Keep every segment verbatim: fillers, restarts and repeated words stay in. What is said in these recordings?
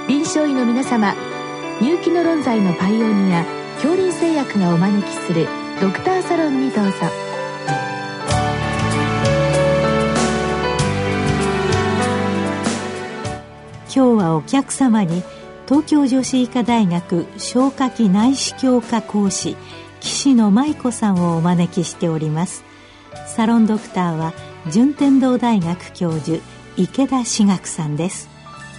臨床医の皆様、入気の論剤のパイオニア恐林製薬がお招きするドクターサロンにどうぞ。 今日はお客様に東京女子医科大学消化器内視鏡科講師岸野舞子さんをお招きしております。サロンドクターは順天堂大学教授池田志学さんです。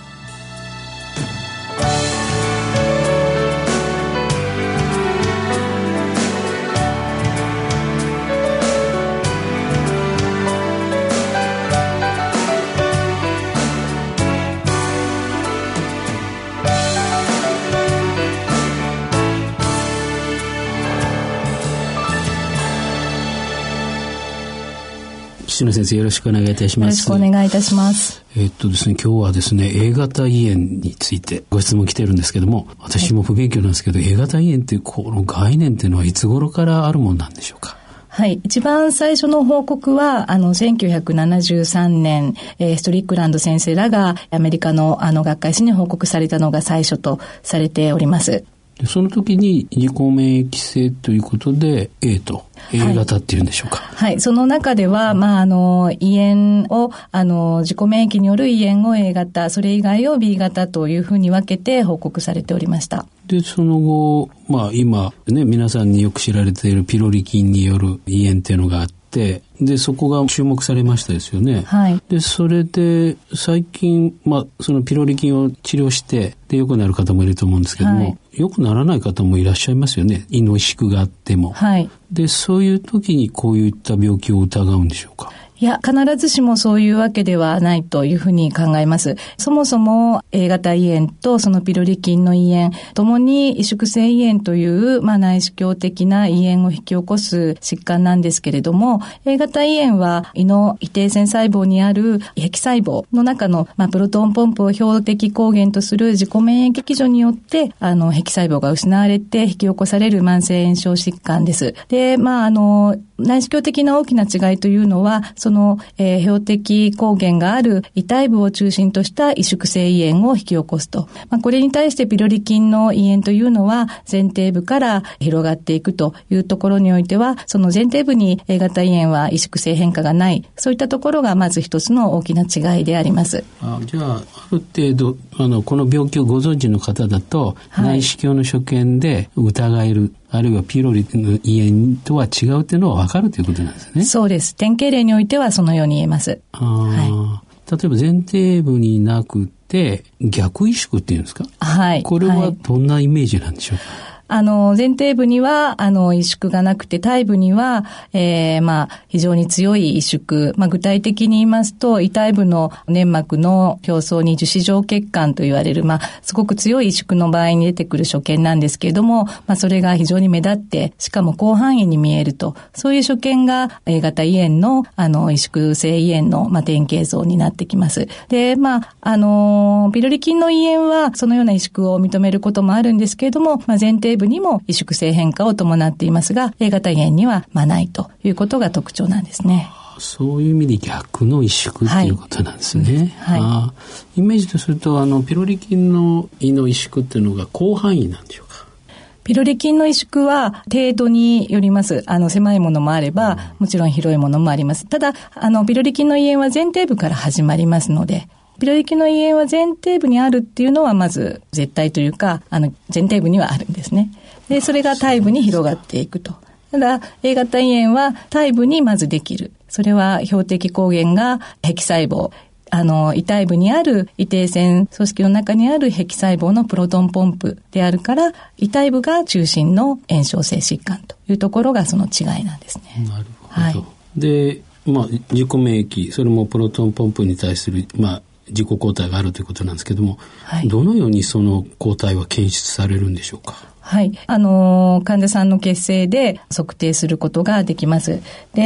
岸野先生、よろしくお願いいたします。 よろしくお願いいたします。 えっとですね、今日はですね A 型胃炎についてご質問来てるんですけども、私も不勉強なんですけど、はい、A 型胃炎っていうこの概念っていうのはいつ頃からあるものなんでしょうか？ はい。一番最初の報告は、あの、せんきゅうひゃくななじゅうさんねん、えー、ストリックランド先生らがアメリカのあの学会誌に報告されたのが最初とされております。 その時に自己免疫性ということで A と A 型っていうんでしょうか？ はい、はい、その中では、まあ、あの胃炎をあの自己免疫による胃炎を A 型、それ以外を B 型というふうに分けて報告されておりました。 でその後、まあ、今ね皆さんによく知られているピロリ菌による胃炎っていうのがあって、でそこが注目されましたですよね。 はい。 でそれで最近、まあ、そのピロリ菌を治療してで良くなる方もいると思うんですけども、はい、良くならない方もいらっしゃいますよね。胃の萎縮があっても。 はい。 でそういう時にこういった病気を疑うんでしょうか？ いや、必ずしもそういうわけではないというふうに考えます。そもそも A 型胃炎とそのピロリ菌の胃炎ともに萎縮性胃炎という、まあ、内視鏡的な胃炎を引き起こす疾患なんですけれども、A 型胃炎は胃の異定線細胞にある壁細胞の中の、まあ、プロトンポンプを標的抗原とする自己免疫基準によってあの壁細胞が失われて引き起こされる慢性炎症疾患です。で、まあ、あの内視鏡的な大きな違いというのは、その、えー、標的抗原がある胃体部を中心とした萎縮性胃炎を引き起こすと。まあ、これに対してピロリ菌の胃炎というのは前庭部から広がっていくというところにおいては、その前庭部に A 型胃炎は萎縮性変化がない。そういったところがまず一つの大きな違いであります。 あ、じゃあ、ある程度、あの、この病気をご存知の方だと、はい、内視鏡の所見で疑える。あるいはピロリの胃炎とは違うというのは分かるということなんですね。 そうです。典型例においてはそのように言えます。 あ、はい、例えば前庭部になくて逆萎縮っていうんですか？ はい。 これはどんなイメージなんでしょうか？はい、 あの、前庭部には、あの、萎縮がなくて、体部には、えー、まあ、非常に強い萎縮。まあ、具体的に言いますと、胃体部の粘膜の表層に樹脂状血管と言われる、まあ、すごく強い萎縮の場合に出てくる所見なんですけれども、まあ、それが非常に目立って、しかも広範囲に見えると、そういう所見が A 型胃炎の、あの、萎縮性胃炎の、まあ、典型像になってきます。で、まあ、あの、ピロリ菌の胃炎は、そのような萎縮を認めることもあるんですけれども、まあ、前庭部にも萎縮性変化を伴っていますが、 A 型胃炎にはまあないということが特徴なんですね。 そういう意味で逆の萎縮っていうことなんですね。 はい。はい、 あ、イメージとすると、あのピロリ菌の胃の萎縮っていうのが広範囲なんでしょうか？ ピロリ菌の萎縮は程度によります。あの狭いものもあれば、うん、もちろん広いものもあります。ただ、あのピロリ菌の胃炎は前庭部から始まりますので、ピロリ菌の胃炎は前庭部にあるっていうのはまず絶対というか、あの前庭部にはあるんですね。で、それが体部に広がっていくと。ただ、A 型胃炎は体部にまずできる。それは標的抗原が壁細胞。あの、胃体部にある異定線組織の中にある壁細胞のプロトンポンプであるから、胃体部が中心の炎症性疾患というところがその違いなんですね。 なるほど。はい、で、まあ、自己免疫、それもプロトンポンプに対する、まあ、自己抗体があるということなんですけども、はい、どのようにその抗体は検出されるんでしょうか？ はい。あのー、患者さんの血清で測定することができます。で、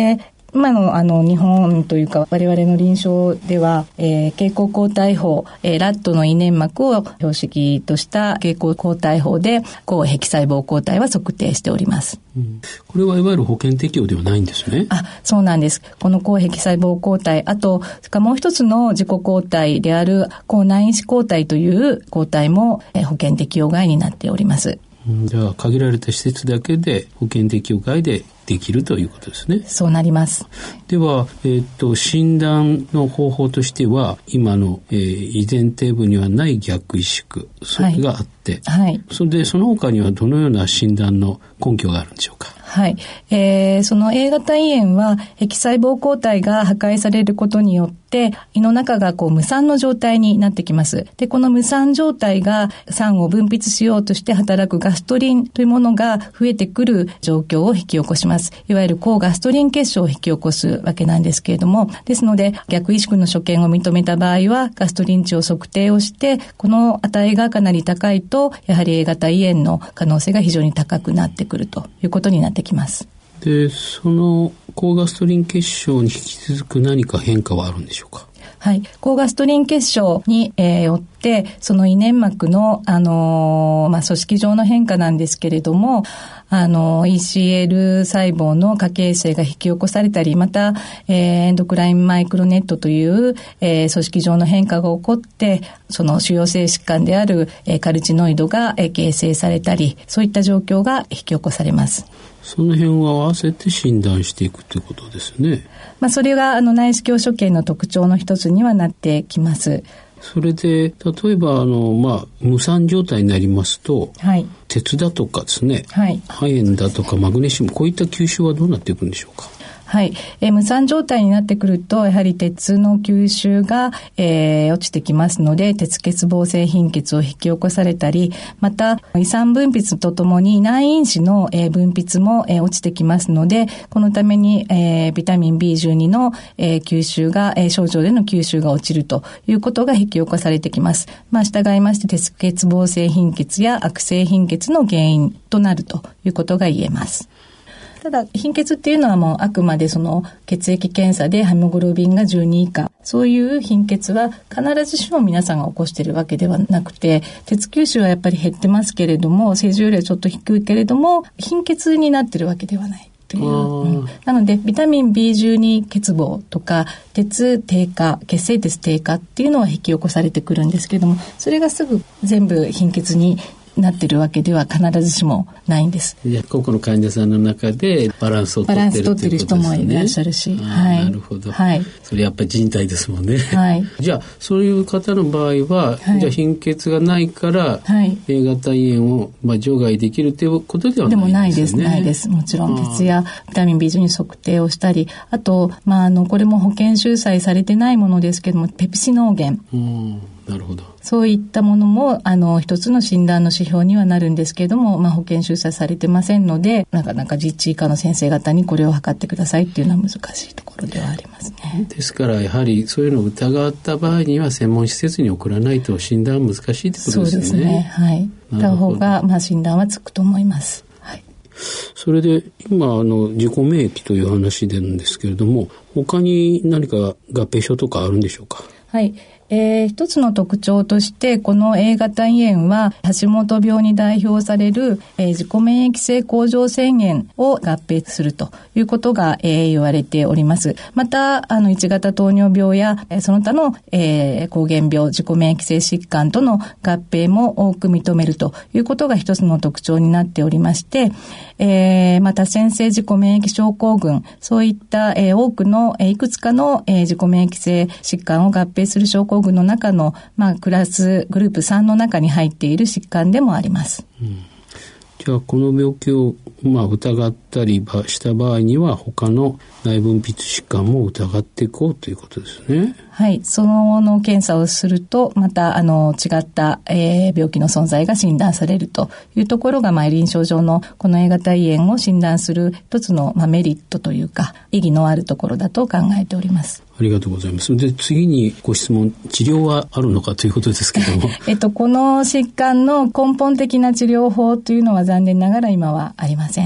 今のあの日本というか我々の臨床では、えー、経口抗体法、えー、ラットの胃粘膜を標識とした経口抗体法で抗壁細胞抗体は測定しております。 うん、これはいわゆる保険適用ではないんですね。 あ、そうなんです。この抗壁細胞抗体、あとそれからもう一つの自己抗体である抗内因子抗体という抗体も、えー、保険適用外になっております。 じゃあ限られた施設だけで保険適用外でできるということですね。 そうなります。 では、えー、と診断の方法としては今の、えー、依然底部にはない逆萎縮それがあって、はいはい、それでその他にはどのような診断の根拠があるんでしょうか。 はい、えー、その A 型胃炎は壁細胞抗体が破壊されることによって胃の中がこう無酸の状態になってきます。で、この無酸状態が酸を分泌しようとして働くガストリンというものが増えてくる状況を引き起こします。いわゆる抗ガストリン結晶を引き起こすわけなんですけれども、ですので逆萎縮の所見を認めた場合はガストリン値を測定をしてこの値がかなり高いとやはり A 型胃炎の可能性が非常に高くなってくるということになってきます。 で、その抗ガストリン結晶に引き続く何か変化はあるんでしょうか。 はい、抗ガストリン結晶に、えー、よってその胃粘膜の、あのーまあ、組織上の変化なんですけれども、あの イーシーエル 細胞の過形成が引き起こされたり、また、えー、エンドクラインマイクロネットという、えー、組織上の変化が起こってその腫瘍性疾患である、えー、カルチノイドが、えー、形成されたり、そういった状況が引き起こされます。 その辺を合わせて診断していくということですね。 まあ、それがあの内視鏡所見の特徴の一つにはなってきます。 それで例えばあの、まあ、無酸状態になりますと、はい、鉄だとかですね、はい、亜鉛だとかマグネシウム、こういった吸収はどうなっていくんでしょうか。 はい、えー、無酸状態になってくるとやはり鉄の吸収が、えー、落ちてきますので鉄欠乏性貧血を引き起こされたり、また胃酸分泌とともに内因子の、えー、分泌も、えー、落ちてきますので、このために、えー、ビタミン ビーじゅうに の、えー、吸収が、えー、症状での吸収が落ちるということが引き起こされてきます。まあ、従いまして鉄欠乏性貧血や悪性貧血の原因となるということが言えます。ただ貧血っていうのはもうあくまでその血液検査でヘモグロビンがじゅうに以下、そういう貧血は必ずしも皆さんが起こしているわけではなくて、鉄吸収はやっぱり減ってますけれども、正常よりはちょっと低いけれども貧血になっているわけではないという、うん、なのでビタミン ビーじゅうに 欠乏とか鉄低下、血清鉄低下っていうのは引き起こされてくるんですけれども、それがすぐ全部貧血になっているわけでは必ずしもないんです。 いや、個々の患者さんの中でバランスを取ってるということですね。バランス取ってる人もいらっしゃるし、はい、 なるほど、 はい、 それやっぱり人体ですもんね、 はい、 じゃあそういう方の場合は、はい、じゃあ貧血がないから、はい、A 型胃炎を、まあ、除外できるということではないですよね。でもないです、ないです。もちろん鉄やビタミン ビーじゅうに 測定をしたり、あと、まあ、あのこれも保険収載されてないものですけどもペプシノーゲン、うん、なるほど。そういったものもあの一つの診断の指標にはなるんですけれども、まあ、保険収載されてませんので、なかなか実地以下の先生方にこれを測ってくださいっていうのは難しいところではありますね。 ですからやはりそういうのを疑った場合には専門施設に送らないと診断は難しいってことですね。そうですね、はい。た方が、まあ、診断はつくと思います。はい、 それで今あの自己免疫という話なんですけれども、他に何か合併症とかあるんでしょうか。 はい、えー、一つの特徴としてこの A 型胃炎は橋本病に代表される、えー、自己免疫性甲状腺炎を合併するということが、えー、言われております。またあのいち型糖尿病や、えー、その他の、えー、膠原病、自己免疫性疾患との合併も多く認めるということが一つの特徴になっておりまして、えー、また多染性自己免疫症候群、そういった、えー、多くの、えー、いくつかの、えー、自己免疫性疾患を合併する症候群の中の、まあ、クラスグループさんの中に入っている疾患でもあります。 うん、じゃあこの病気を、まあ、疑ったりした場合には他の内分泌疾患も疑っていこうということですね。 はい、その検査をするとまたあの違った、えー、病気の存在が診断されるというところが、まあ、臨床上のこの A 型胃炎を診断する一つの、まあ、メリットというか意義のあるところだと考えております。 ありがとうございます。で、次にご質問、治療はあるのかということですけどもえっと、この疾患の根本的な治療法というのは残念ながら今はありません。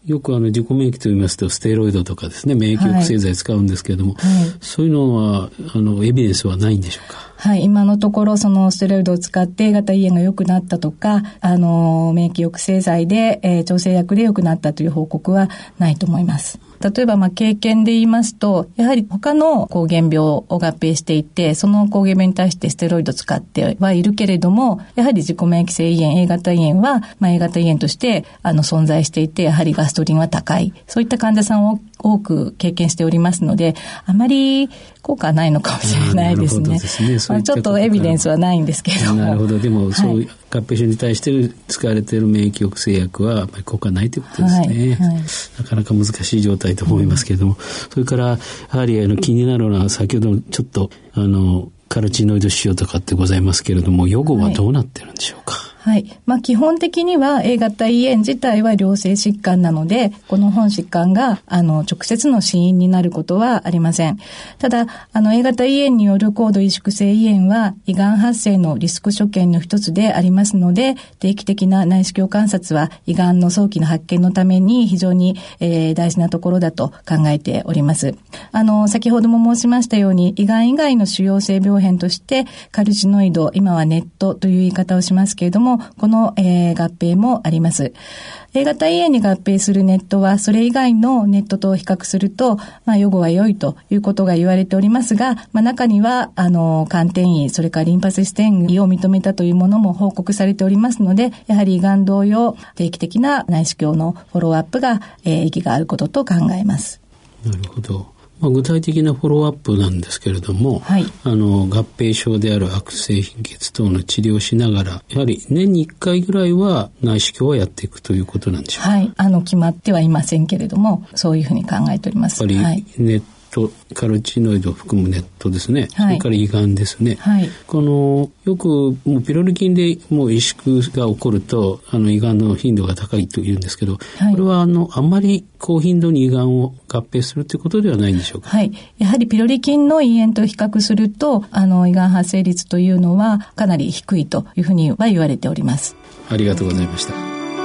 よくあの自己免疫と言いますとステロイドとかですね、免疫抑制剤使うんですけれども、はいはい、そういうのはあのエビデンスはないんでしょうか？ はい、今のところそのステロイドを使って エー 型胃炎が良くなったとか、あの免疫抑制剤で、えー、調整薬で良くなったという報告はないと思います。例えばまあ経験で言いますと、やはり他の膠原病を合併していて、その膠原病に対してステロイドを使ってはいるけれども、やはり自己免疫性胃炎 エー 型胃炎は、まあ、エー 型胃炎としてあの存在していて、やはりガストリンは高い、そういった患者さんを多く経験しておりますので、あまり効果はないのかもしれないですね。ですね、まあ、ちょっとエビデンスはないんですけれども。 なるほど。でも、はい、そういう合併症に対して使われている免疫抑制薬はやっぱり効果ないということですね、はいはい、なかなか難しい状態と思いますけれども、うん、それからやはりあの気になるのは先ほどちょっとあのカロチノイド腫瘍とかってございますけれども、予後はどうなってるんでしょうか？はいはい。まあ、基本的には エー 型胃炎自体は良性疾患なので、この本疾患が、あの、直接の死因になることはありません。ただ、あの、エー 型胃炎による高度萎縮性胃炎は、胃がん発生のリスク所見の一つでありますので、定期的な内視鏡観察は、胃がんの早期の発見のために非常に、えー、大事なところだと考えております。あの、先ほども申しましたように、胃がん以外の腫瘍性病変として、カルチノイド、今はネットという言い方をしますけれども、この、えー、合併もあります。エー 型胃炎に合併するネットは、それ以外のネットと比較すると、まあ、予後は良いということが言われておりますが、まあ、中には、あの、寒天胃、それからリンパ節転移を認めたというものも報告されておりますので、やはり胃がん同様、定期的な内視鏡のフォローアップが、えー、意義があることと考えます。 なるほど。まあ、具体的なフォローアップなんですけれども、はい、あの合併症である悪性貧血等の治療をしながら、やはり年にいっかいぐらいは内視鏡をやっていくということなんでしょうか？ はい、あの決まってはいませんけれども、そういうふうに考えております。 やっぱりネット、カロチノイドを含むネットですね、はい、それから胃がんですね、はい、このよくもうピロリ菌でもう萎縮が起こるとあの胃がんの頻度が高いというんですけど、はい、これはあのあんまり高頻度に胃がんを合併するということではないんでしょうか？ はい、やはりピロリ菌の胃炎と比較するとあの胃がん発生率というのはかなり低いというふうには言われております。 ありがとうございました。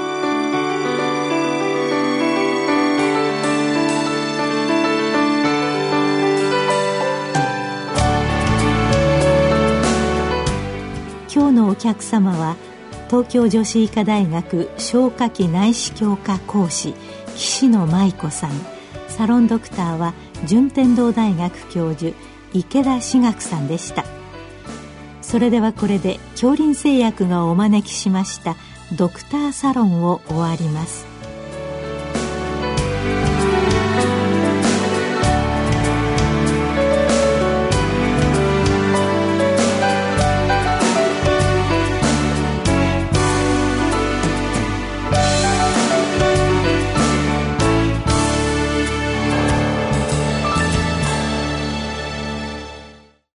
今日のお客様は東京女子医科大学消化器内視鏡科講師岸野舞子さん、サロンドクターは順天堂大学教授池田志学さんでした。それではこれで杏林製薬がお招きしましたドクターサロンを終わります。